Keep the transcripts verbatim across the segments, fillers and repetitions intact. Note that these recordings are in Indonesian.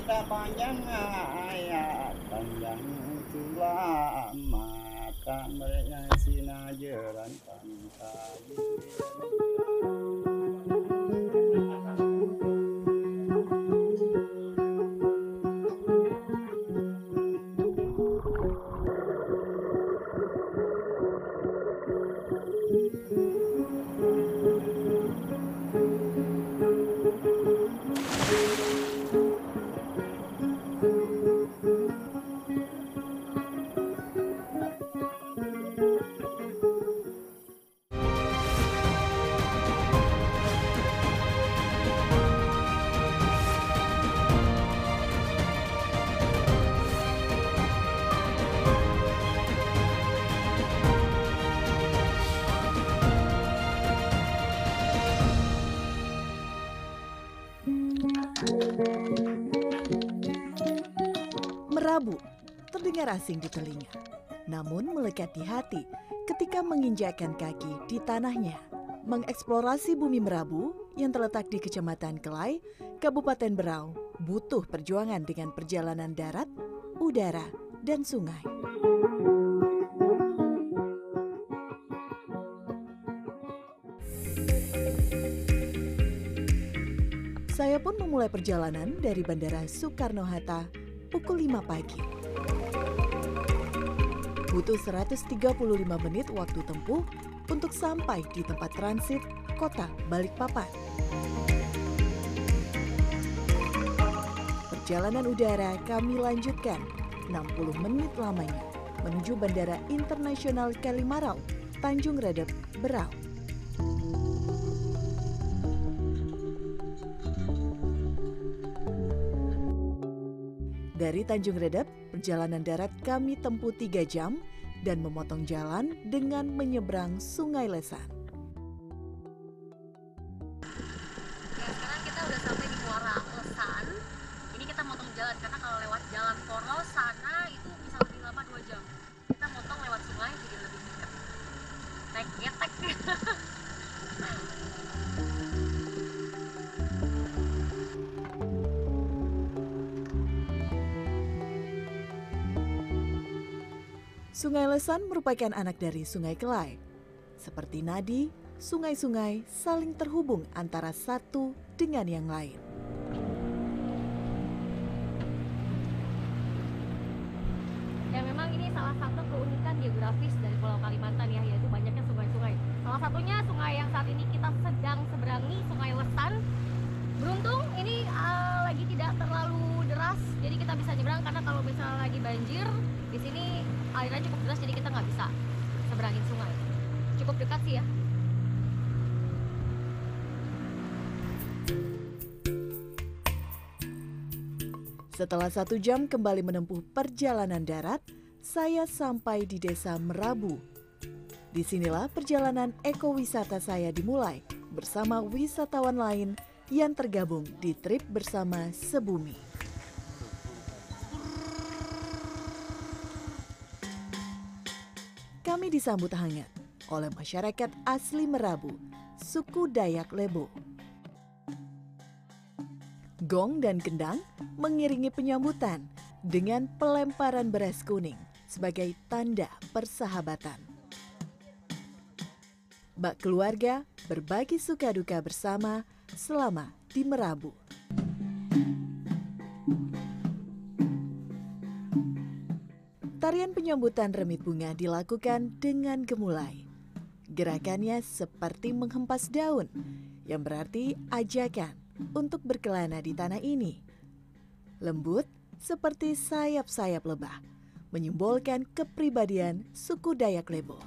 ada panjang hayat, panjang tulah mata mereka sinajaran pantai. Merabu terdengar asing di telinga, namun melekat di hati ketika menginjakkan kaki di tanahnya. Mengeksplorasi bumi Merabu yang terletak di Kecamatan Kelai, Kabupaten Berau, butuh perjuangan dengan perjalanan darat, udara, dan sungai. Saya pun memulai perjalanan dari Bandara Soekarno-Hatta pukul lima pagi. Butuh seratus tiga puluh lima menit waktu tempuh untuk sampai di tempat transit kota Balikpapan. Perjalanan udara kami lanjutkan enam puluh menit lamanya menuju Bandara Internasional Kalimarau, Tanjung Redep, Berau. Dari Tanjung Redep, perjalanan darat kami tempuh tiga jam dan memotong jalan dengan menyeberang Sungai Lesan. Ya, sekarang kita udah sampai di Muara Lesan. Ini kita motong jalan karena kalau lewat jalan poros sana itu bisa lebih lama dua jam. Kita motong lewat sungai jadi lebih dekat. Naik getek. Sungai Lesan merupakan anak dari Sungai Kelai. Seperti nadi, sungai-sungai saling terhubung antara satu dengan yang lain. Ya memang ini salah satu keunikan geografis dari Pulau Kalimantan ya, yaitu banyaknya sungai-sungai. Salah satunya sungai yang saat ini kita sedang seberangi, Sungai Lesan. Beruntung ini uh, lagi tidak terlalu deras, jadi kita bisa nyebrang karena kalau misalnya lagi banjir di sini alirannya cukup deras, jadi kita nggak bisa seberangin sungai. Cukup dekat sih ya. Setelah satu jam kembali menempuh perjalanan darat, saya sampai di Desa Merabu. Disinilah perjalanan ekowisata saya dimulai bersama wisatawan lain yang tergabung di trip bersama Sebumi. Kami disambut hangat oleh masyarakat asli Merabu, suku Dayak Lebo. Gong dan kendang mengiringi penyambutan dengan pelemparan beras kuning sebagai tanda persahabatan. Bak keluarga berbagi suka duka bersama selama di Merabu. Tarian penyambutan remit bunga dilakukan dengan gemulai. Gerakannya seperti menghempas daun, yang berarti ajakan untuk berkelana di tanah ini. Lembut seperti sayap-sayap lebah, menyimbolkan kepribadian suku Dayak Lebo.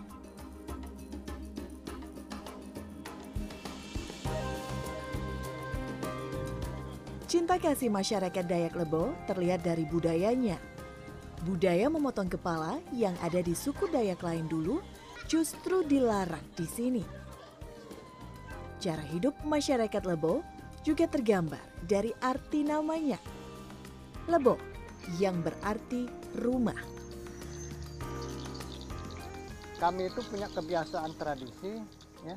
Cinta kasih masyarakat Dayak Lebo terlihat dari budayanya. Budaya memotong kepala yang ada di suku Dayak lain dulu justru dilarang di sini. Cara hidup masyarakat Lebo juga tergambar dari arti namanya. Lebo yang berarti rumah. Kami itu punya kebiasaan tradisi, ya.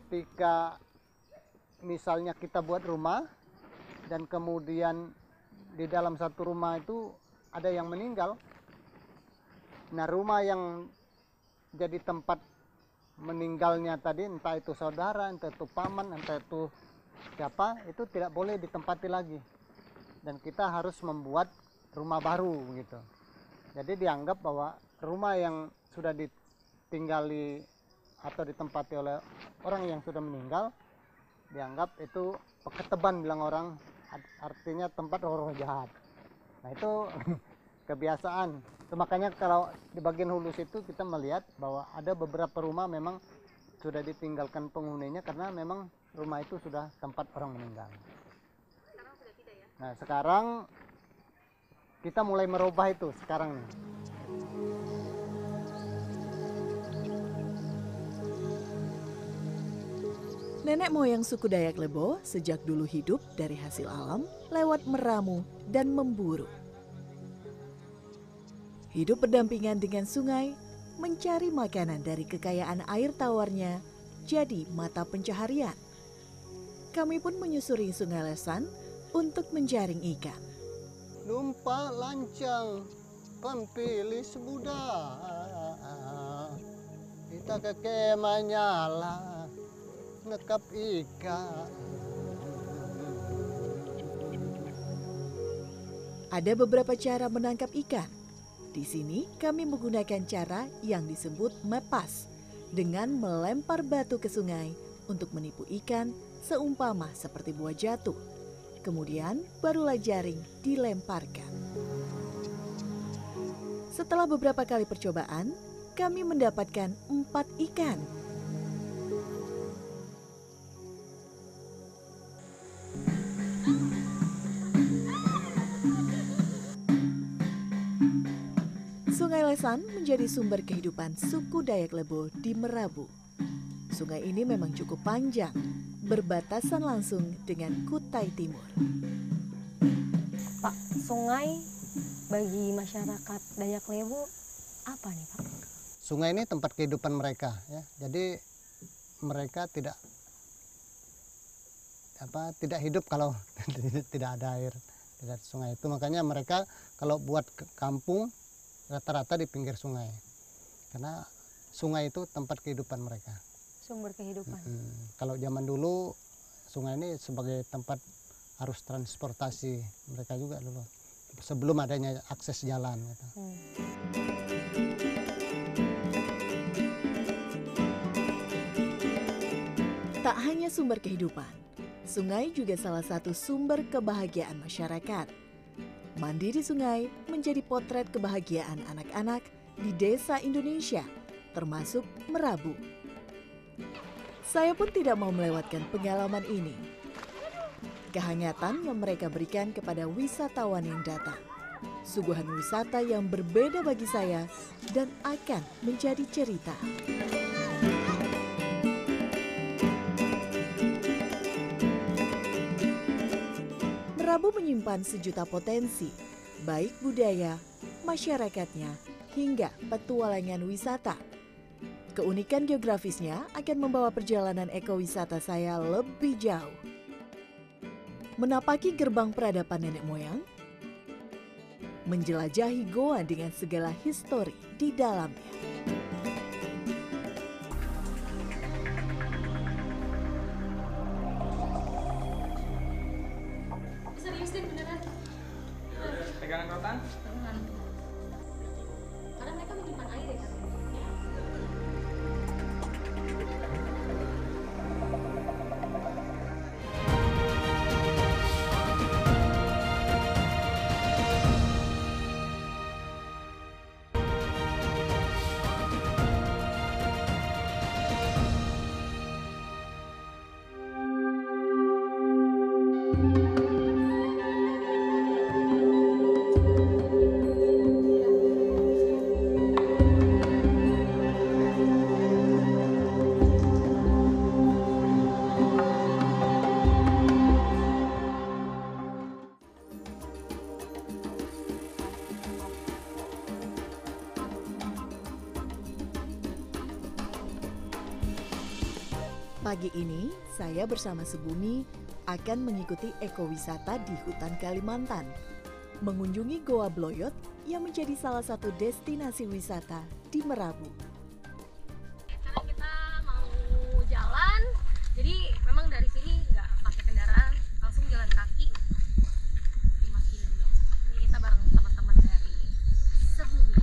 Ketika misalnya kita buat rumah dan kemudian di dalam satu rumah itu ada yang meninggal. Nah, rumah yang jadi tempat meninggalnya tadi, entah itu saudara, entah itu paman, entah itu siapa, itu tidak boleh ditempati lagi. Dan kita harus membuat rumah baru gitu. Jadi dianggap bahwa rumah yang sudah ditinggali atau ditempati oleh orang yang sudah meninggal, dianggap itu peketeban, bilang orang, artinya tempat roh-roh jahat. Nah itu kebiasaan. Itu makanya kalau di bagian hulu situ kita melihat bahwa ada beberapa rumah memang sudah ditinggalkan penghuninya karena memang rumah itu sudah tempat orang meninggal. Sekarang sudah tidak ya? Nah sekarang kita mulai merubah itu sekarang nih. Nenek moyang suku Dayak Lebo sejak dulu hidup dari hasil alam lewat meramu dan memburu. Hidup berdampingan dengan sungai, mencari makanan dari kekayaan air tawarnya jadi mata pencaharian. Kami pun menyusuri Sungai Lesan untuk menjaring ikan. Numpak lancang pempilis Buddha, kita ke kemah nyala nekap ikan. Ada beberapa cara menangkap ikan. Di sini kami menggunakan cara yang disebut mepas dengan melempar batu ke sungai untuk menipu ikan seumpama seperti buah jatuh. Kemudian barulah jaring dilemparkan. Setelah beberapa kali percobaan, kami mendapatkan empat ikan. Sungai Lesan menjadi sumber kehidupan suku Dayak Lebo di Merabu. Sungai ini memang cukup panjang, berbatasan langsung dengan Kutai Timur. Pak, sungai bagi masyarakat Dayak Lebo apa nih Pak? Sungai ini tempat kehidupan mereka, ya. Jadi mereka tidak apa tidak hidup kalau tidak ada air, tidak ada sungai itu. Makanya mereka kalau buat ke kampung rata-rata di pinggir sungai, karena sungai itu tempat kehidupan mereka. Sumber kehidupan. Hmm, kalau zaman dulu sungai ini sebagai tempat arus transportasi mereka juga dulu, sebelum adanya akses jalan. Gitu. Hmm. Tak hanya sumber kehidupan, sungai juga salah satu sumber kebahagiaan masyarakat. Mandi di sungai menjadi potret kebahagiaan anak-anak di desa Indonesia, termasuk Merabu. Saya pun tidak mau melewatkan pengalaman ini. Kehangatan yang mereka berikan kepada wisatawan yang datang. Suguhan wisata yang berbeda bagi saya dan akan menjadi cerita. Merabu menyimpan sejuta potensi, baik budaya, masyarakatnya, hingga petualangan wisata. Keunikan geografisnya akan membawa perjalanan ekowisata saya lebih jauh. Menapaki gerbang peradaban nenek moyang, menjelajahi goa dengan segala histori di dalamnya. Serius deh beneran. Pegangan rotan? Pegangan. Karena mereka menyimpan air ya kan? Pagi ini, saya bersama Sebumi akan mengikuti ekowisata di hutan Kalimantan. mengunjungi Goa Bloyot yang menjadi salah satu destinasi wisata di Merabu. Sekarang kita mau jalan, jadi memang dari sini nggak pakai kendaraan, langsung jalan kaki lima kilo. Ini kita bareng teman-teman dari Sebumi.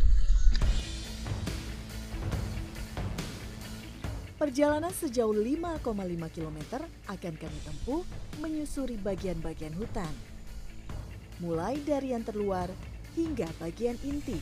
Perjalanan sejauh lima koma lima kilometer akan kami tempuh menyusuri bagian-bagian hutan. Mulai dari yang terluar hingga bagian inti.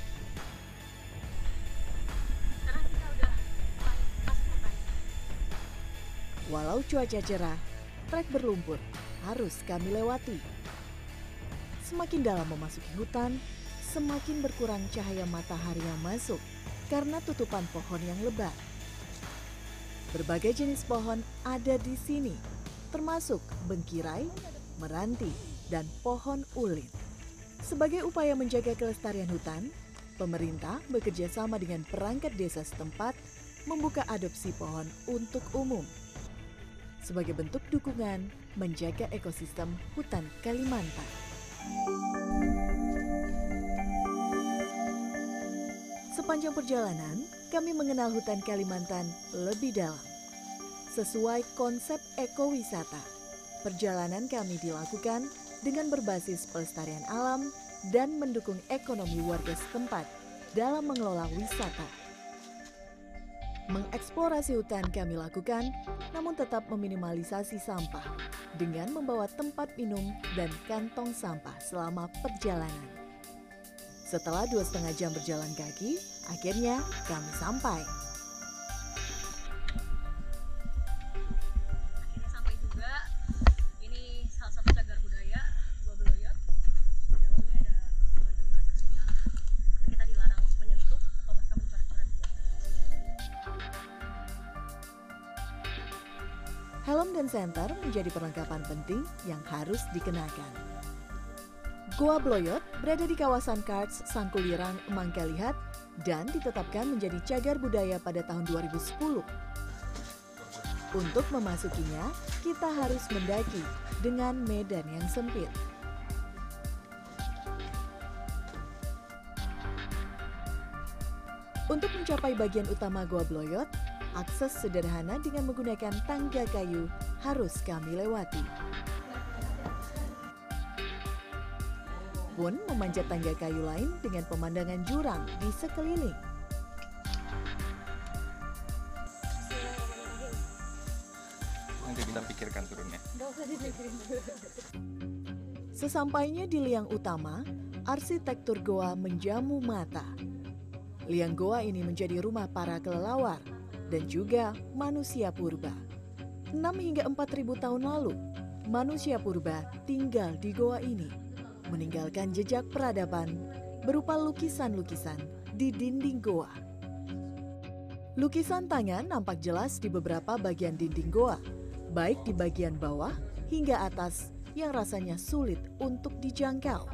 Sekarang kita udah mulai masuk hutan. Walau cuaca cerah, trek berlumpur harus kami lewati. Semakin dalam memasuki hutan, semakin berkurang cahaya matahari yang masuk karena tutupan pohon yang lebat. Berbagai jenis pohon ada di sini, termasuk bengkirai, meranti, dan pohon ulin. Sebagai upaya menjaga kelestarian hutan, pemerintah bekerja sama dengan perangkat desa setempat membuka adopsi pohon untuk umum. Sebagai bentuk dukungan menjaga ekosistem hutan Kalimantan. Sepanjang perjalanan, kami mengenal hutan Kalimantan lebih dalam. Sesuai konsep ekowisata, perjalanan kami dilakukan dengan berbasis pelestarian alam dan mendukung ekonomi warga setempat dalam mengelola wisata. Mengeksplorasi hutan kami lakukan, namun tetap meminimalisasi sampah dengan membawa tempat minum dan kantong sampah selama perjalanan. Setelah dua setengah jam berjalan kaki, akhirnya kami sampai. Akhirnya sampai juga. Ini salah satu cagar budaya Goa Bloyot. Di dalamnya ada gambar-gambar bersejarah. Kita dilarang menyentuh atau bahkan mencoret-coret. Helm dan senter menjadi perlengkapan penting yang harus dikenakan. Goa Bloyot berada di kawasan Karts Sangkulirang, Mangkalihat dan ditetapkan menjadi cagar budaya pada tahun dua ribu sepuluh. Untuk memasukinya, kita harus mendaki dengan medan yang sempit. Untuk mencapai bagian utama Goa Bloyot, akses sederhana dengan menggunakan tangga kayu harus kami lewati. Pun memanjat tangga kayu lain dengan pemandangan jurang di sekeliling. Nanti kita pikirkan turunnya. Sesampainya di liang utama, arsitektur goa menjamu mata. Liang goa ini menjadi rumah para kelelawar dan juga manusia purba. enam hingga empat ribu tahun lalu, manusia purba tinggal di goa ini, meninggalkan jejak peradaban berupa lukisan-lukisan di dinding goa. Lukisan tangan nampak jelas di beberapa bagian dinding goa, baik di bagian bawah hingga atas yang rasanya sulit untuk dijangkau.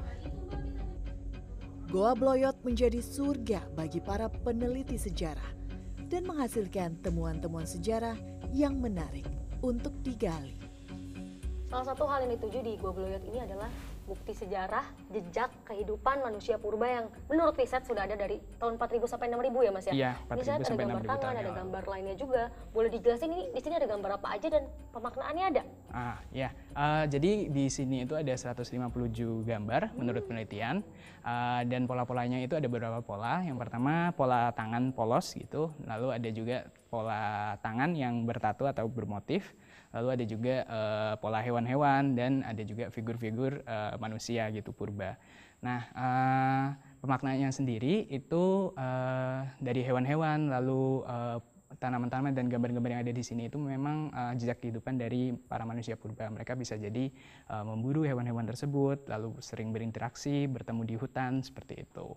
Goa Bloyot menjadi surga bagi para peneliti sejarah dan menghasilkan temuan-temuan sejarah yang menarik untuk digali. Salah satu hal yang dituju di Goa Bloyot ini adalah bukti sejarah, jejak kehidupan manusia purba yang menurut riset sudah ada dari tahun empat ribu sampai enam ribu ya Mas ya? Iya, empat ribu sampai enam ribu tahun. Ada gambar tangan, ada gambar lainnya juga. Boleh dijelasin ini di sini ada gambar apa aja dan pemaknaannya ada? Ah, ya. Uh, jadi di sini itu ada seratus lima puluh tujuh gambar hmm. menurut penelitian. Uh, dan pola-polanya itu ada beberapa pola. Yang pertama pola tangan polos gitu. Lalu ada juga pola tangan yang bertatu atau bermotif. Lalu ada juga uh, pola hewan-hewan dan ada juga figur-figur uh, manusia gitu purba. Nah, uh, pemaknaannya sendiri itu uh, dari hewan-hewan, lalu uh, tanaman-tanaman dan gambar-gambar yang ada di sini itu memang uh, jejak kehidupan dari para manusia purba. Mereka bisa jadi uh, memburu hewan-hewan tersebut, lalu sering berinteraksi, bertemu di hutan seperti itu.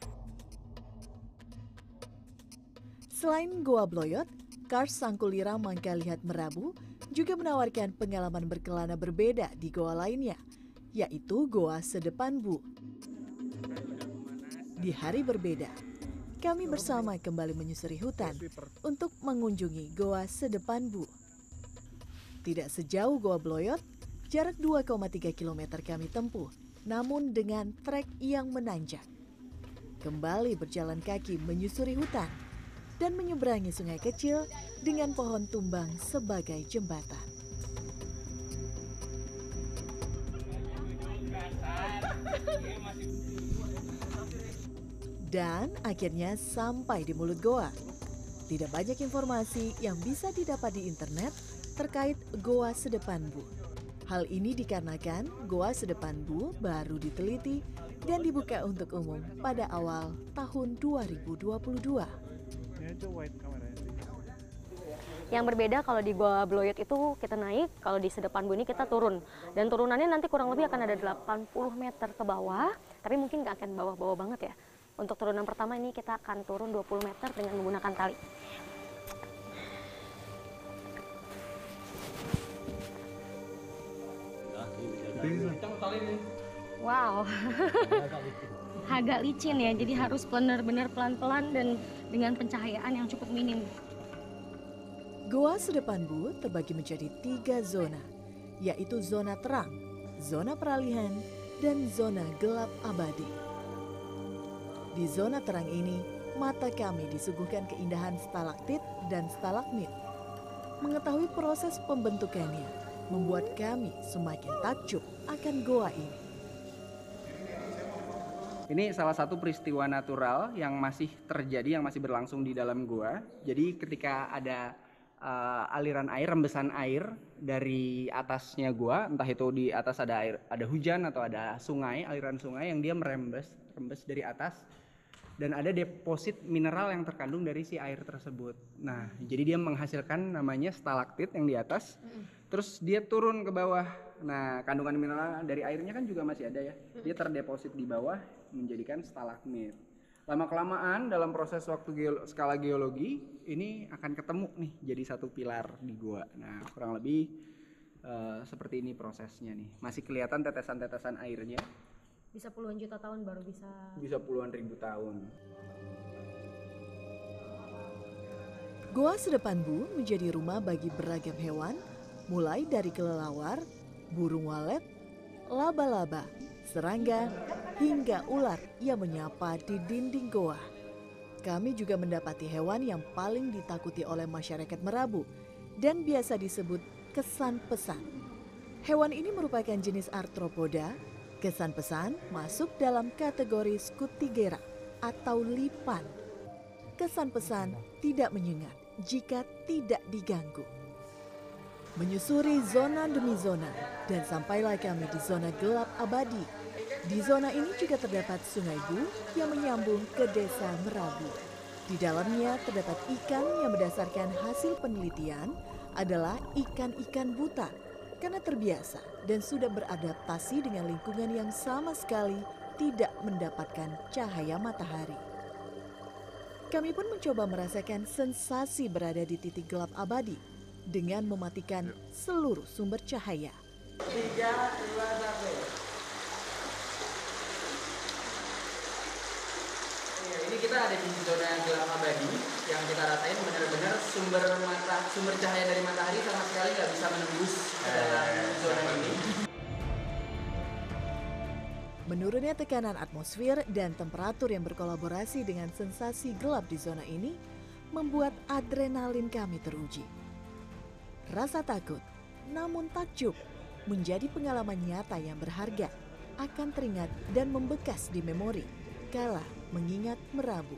Selain Goa Bloyot, Karts Sangkulirang Mangkalihat Merabu juga menawarkan pengalaman berkelana berbeda di goa lainnya, yaitu Goa Sedepan Bu. Di hari berbeda, kami bersama kembali menyusuri hutan untuk mengunjungi Goa Sedepan Bu. Tidak sejauh Goa Bloyot, jarak dua koma tiga kilometer kami tempuh namun dengan trek yang menanjak. Kembali berjalan kaki menyusuri hutan dan menyeberangi sungai kecil dengan pohon tumbang sebagai jembatan. Dan akhirnya sampai di mulut goa. Tidak banyak informasi yang bisa didapat di internet terkait Goa Sedepan Bu. Hal ini dikarenakan Goa Sedepan Bu baru diteliti dan dibuka untuk umum pada awal tahun dua ribu dua puluh dua. Yang berbeda kalau di Goa Bloyot itu kita naik, kalau di Sedepan Bu ini kita turun. Dan turunannya nanti kurang lebih akan ada delapan puluh meter ke bawah, tapi mungkin nggak akan bawah-bawah banget ya. Untuk turunan pertama ini kita akan turun dua puluh meter dengan menggunakan tali. Wow, agak licin ya, jadi harus benar-benar pelan-pelan dan dengan pencahayaan yang cukup minim. Goa Sedepan Bu terbagi menjadi tiga zona, yaitu zona terang, zona peralihan, dan zona gelap abadi. Di zona terang ini, mata kami disuguhkan keindahan stalaktit dan stalagmit. Mengetahui proses pembentukannya membuat kami semakin takjub akan goa ini. Ini salah satu peristiwa natural yang masih terjadi, yang masih berlangsung di dalam gua. Jadi ketika ada uh, aliran air, rembesan air dari atasnya gua, entah itu di atas ada air, ada hujan atau ada sungai, aliran sungai yang dia merembes, rembes dari atas. Dan ada deposit mineral yang terkandung dari si air tersebut. Nah, jadi dia menghasilkan namanya stalaktit yang di atas, terus dia turun ke bawah. Nah, kandungan mineral dari airnya kan juga masih ada ya. Dia terdeposit di bawah menjadikan stalagmit. Lama-kelamaan dalam proses waktu geolo- skala geologi ini akan ketemu nih jadi satu pilar di gua. Nah, kurang lebih uh, seperti ini prosesnya nih. Masih kelihatan tetesan-tetesan airnya. Bisa puluhan juta tahun baru bisa. Bisa puluhan ribu tahun. Goa Sedepan Bu menjadi rumah bagi beragam hewan, mulai dari kelelawar, burung walet, laba-laba, serangga, hingga ular yang menyapa di dinding goa. Kami juga mendapati hewan yang paling ditakuti oleh masyarakat Merabu dan biasa disebut kesan pesan. Hewan ini merupakan jenis arthropoda. Kesan pesan masuk dalam kategori Scutigera atau lipan. Kesan pesan tidak menyengat jika tidak diganggu. Menyusuri zona demi zona dan sampailah kami di zona gelap abadi. Di zona ini juga terdapat Sungai Bu yang menyambung ke Desa Merabu. Di dalamnya terdapat ikan yang berdasarkan hasil penelitian adalah ikan-ikan buta karena terbiasa dan sudah beradaptasi dengan lingkungan yang sama sekali tidak mendapatkan cahaya matahari. Kami pun mencoba merasakan sensasi berada di titik gelap abadi dengan mematikan seluruh sumber cahaya. Tiga, dua, satu. Ini kita ada di zona gelap abadi yang kita rasain benar-benar sumber mata, sumber cahaya dari matahari sama sekali nggak bisa menembus ke dalam zona ini. Menurunnya tekanan atmosfer dan temperatur yang berkolaborasi dengan sensasi gelap di zona ini membuat adrenalin kami teruji. Rasa takut, namun takjub, menjadi pengalaman nyata yang berharga, akan teringat dan membekas di memori kala mengingat Merabu.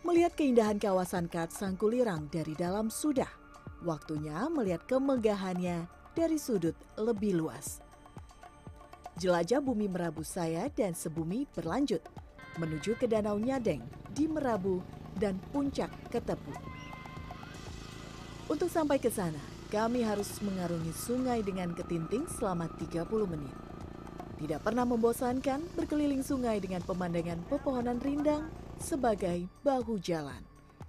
Melihat keindahan kawasan Karts Sangkulirang dari dalam sudah, waktunya melihat kemegahannya dari sudut lebih luas. Jelajah bumi Merabu saya dan sebumi berlanjut menuju ke Danau Nyadeng di Merabu dan Puncak Ketepu. Untuk sampai ke sana, kami harus mengarungi sungai dengan ketinting selama tiga puluh menit. Tidak pernah membosankan berkeliling sungai dengan pemandangan pepohonan rindang sebagai bahu jalan.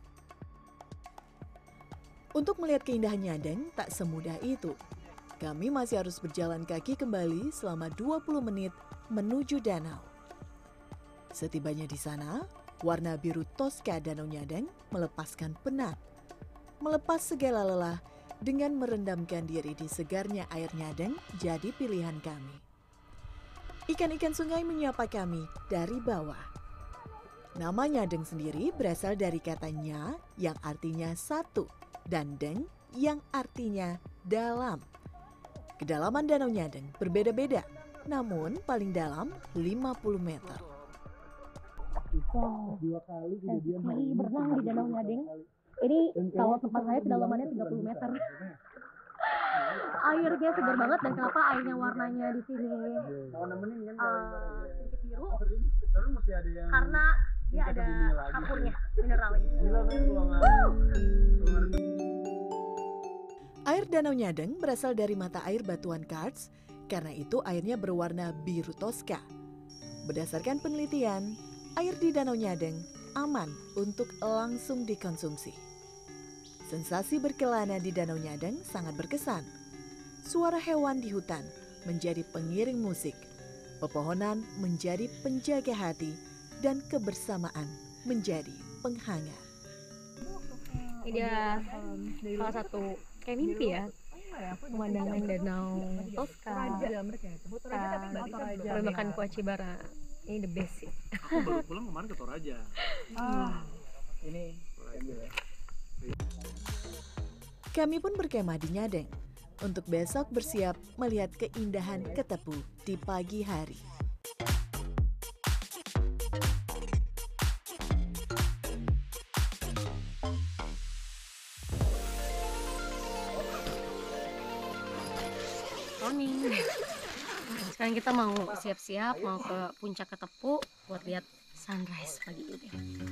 Untuk melihat keindahan Nyadeng tak semudah itu. Kami masih harus berjalan kaki kembali selama dua puluh menit menuju danau. Setibanya di sana, warna biru toska Danau Nyadeng melepaskan penat. Melepas segala lelah dengan merendamkan diri di segarnya air Nyadeng jadi pilihan kami. Ikan-ikan sungai menyapa kami dari bawah. Nama Nyadeng sendiri berasal dari kata nya yang artinya satu dan deng yang artinya dalam. Kedalaman Danau Nyadeng berbeda-beda, namun paling dalam lima puluh meter. Wow, lagi berenang di Danau Nyadeng. Ini kalau tempat saya kedalamannya tiga puluh meter. Airnya segar banget dan kenapa airnya warnanya di sini uh, sedikit biru? Karena dia ada kapurnya, mineralnya. Air Danau Nyadeng berasal dari mata air batuan karst, karena itu airnya berwarna biru toska. Berdasarkan penelitian, air di Danau Nyadeng aman untuk langsung dikonsumsi. Sensasi berkelana di Danau Nyadeng sangat berkesan. Suara hewan di hutan menjadi pengiring musik, pepohonan menjadi penjaga hati, dan kebersamaan menjadi penghangat. Ini dia um, salah satu kayak mimpi ya, pemandangan Danau Toska, uh, makan kuah cibara. Ini the best sih. Aku baru pulang kemarin ke Toraja. Ah, ini Kami pun berkemah di Nyadeng untuk besok bersiap melihat keindahan Ketepu di pagi hari. Morning. Sekarang kita mau siap-siap mau ke Puncak Ketepu buat lihat sunrise pagi ini.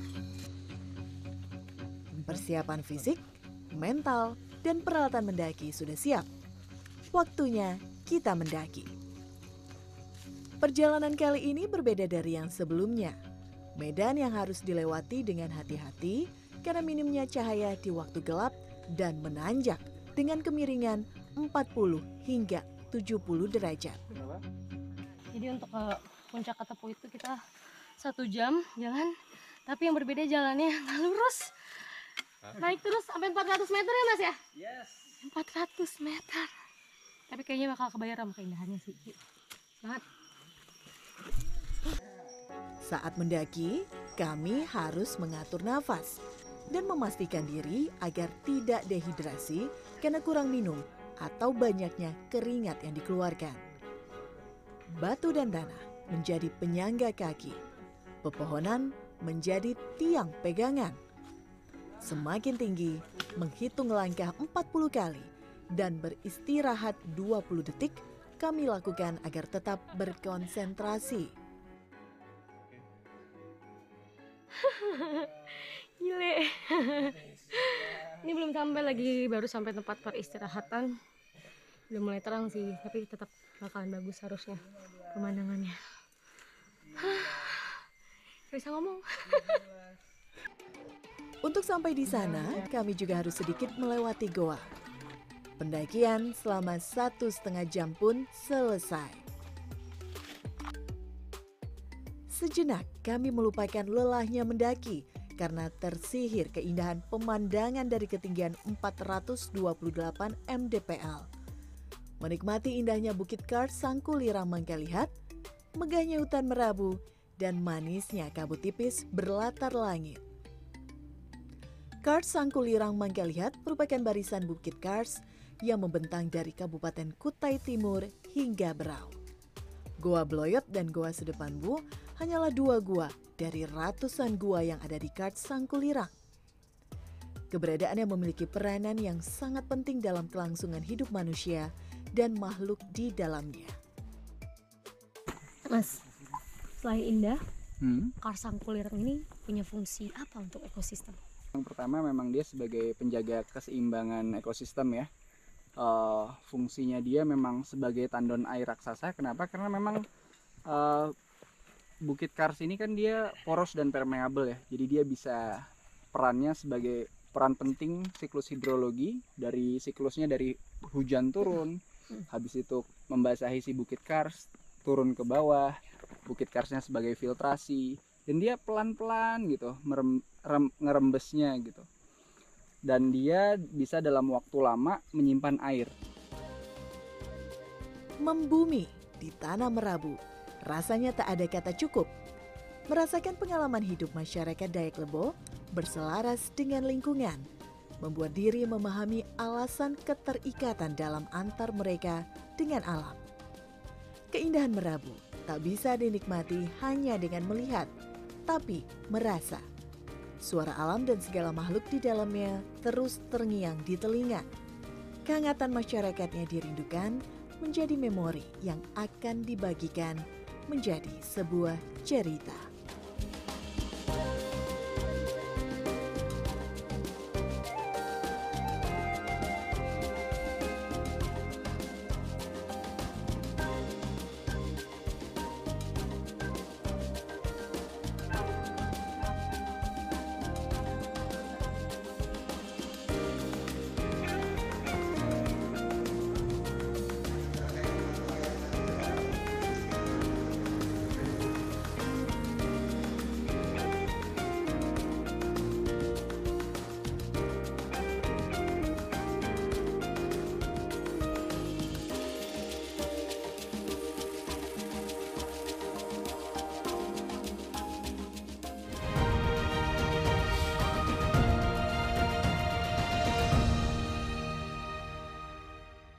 Persiapan fisik, mental, dan peralatan mendaki sudah siap. Waktunya kita mendaki. Perjalanan kali ini berbeda dari yang sebelumnya. Medan yang harus dilewati dengan hati-hati karena minimnya cahaya di waktu gelap dan menanjak dengan kemiringan empat puluh hingga tujuh puluh derajat. Jadi untuk ke Puncak Ketepu itu kita satu jam jalan, tapi yang berbeda jalannya nggak lurus. Naik terus sampai empat ratus meter ya Mas ya? Yes. empat ratus meter. Tapi kayaknya bakal kebayar sama keindahannya sih. Banget. Saat mendaki, kami harus mengatur nafas dan memastikan diri agar tidak dehidrasi karena kurang minum atau banyaknya keringat yang dikeluarkan. Batu dan tanah menjadi penyangga kaki. Pepohonan menjadi tiang pegangan. Semakin tinggi, menghitung langkah empat puluh kali dan beristirahat dua puluh detik kami lakukan agar tetap berkonsentrasi. Gile. Ini belum sampai lagi, baru sampai tempat peristirahatan. Udah mulai terang sih, tapi tetap bakalan bagus harusnya pemandangannya. Gak bisa ngomong. Untuk sampai di sana, kami juga harus sedikit melewati goa. Pendakian selama satu setengah jam pun selesai. Sejenak kami melupakan lelahnya mendaki karena tersihir keindahan pemandangan dari ketinggian empat ratus dua puluh delapan mdpl. Menikmati indahnya Bukit Karst Sangkulirang Mangkalihat, megahnya hutan Merabu, dan manisnya kabut tipis berlatar langit. Karst Sangkulirang Mangkalihat merupakan barisan Bukit Karst yang membentang dari Kabupaten Kutai Timur hingga Berau. Goa Bloyot dan Goa Sedepan Bu hanyalah dua gua dari ratusan gua yang ada di Kars Sangkulirang. Keberadaannya memiliki peranan yang sangat penting dalam kelangsungan hidup manusia dan makhluk di dalamnya. Mas, selain indah, Hmm. Kars Sangkulirang ini punya fungsi apa untuk ekosistem? Yang pertama memang dia sebagai penjaga keseimbangan ekosistem ya. Eh, fungsinya dia memang sebagai tandon air raksasa. Kenapa? Karena memang eh, Bukit Kars ini kan dia poros dan permeable ya. Jadi dia bisa perannya sebagai peran penting siklus hidrologi, dari siklusnya dari hujan turun, habis itu membasahi si Bukit Kars, turun ke bawah, Bukit Karsnya sebagai filtrasi, dan dia pelan-pelan gitu merem, rem, ngerembesnya gitu. Dan dia bisa dalam waktu lama menyimpan air. Membumi di Tanah Merabu, rasanya tak ada kata cukup. Merasakan pengalaman hidup masyarakat Dayak Lebo berselaras dengan lingkungan, membuat diri memahami alasan keterikatan dalam antar mereka dengan alam. Keindahan Merabu tak bisa dinikmati hanya dengan melihat, tapi merasa. Suara alam dan segala makhluk di dalamnya terus terngiang di telinga. Kehangatan masyarakatnya dirindukan menjadi memori yang akan dibagikan menjadi sebuah cerita.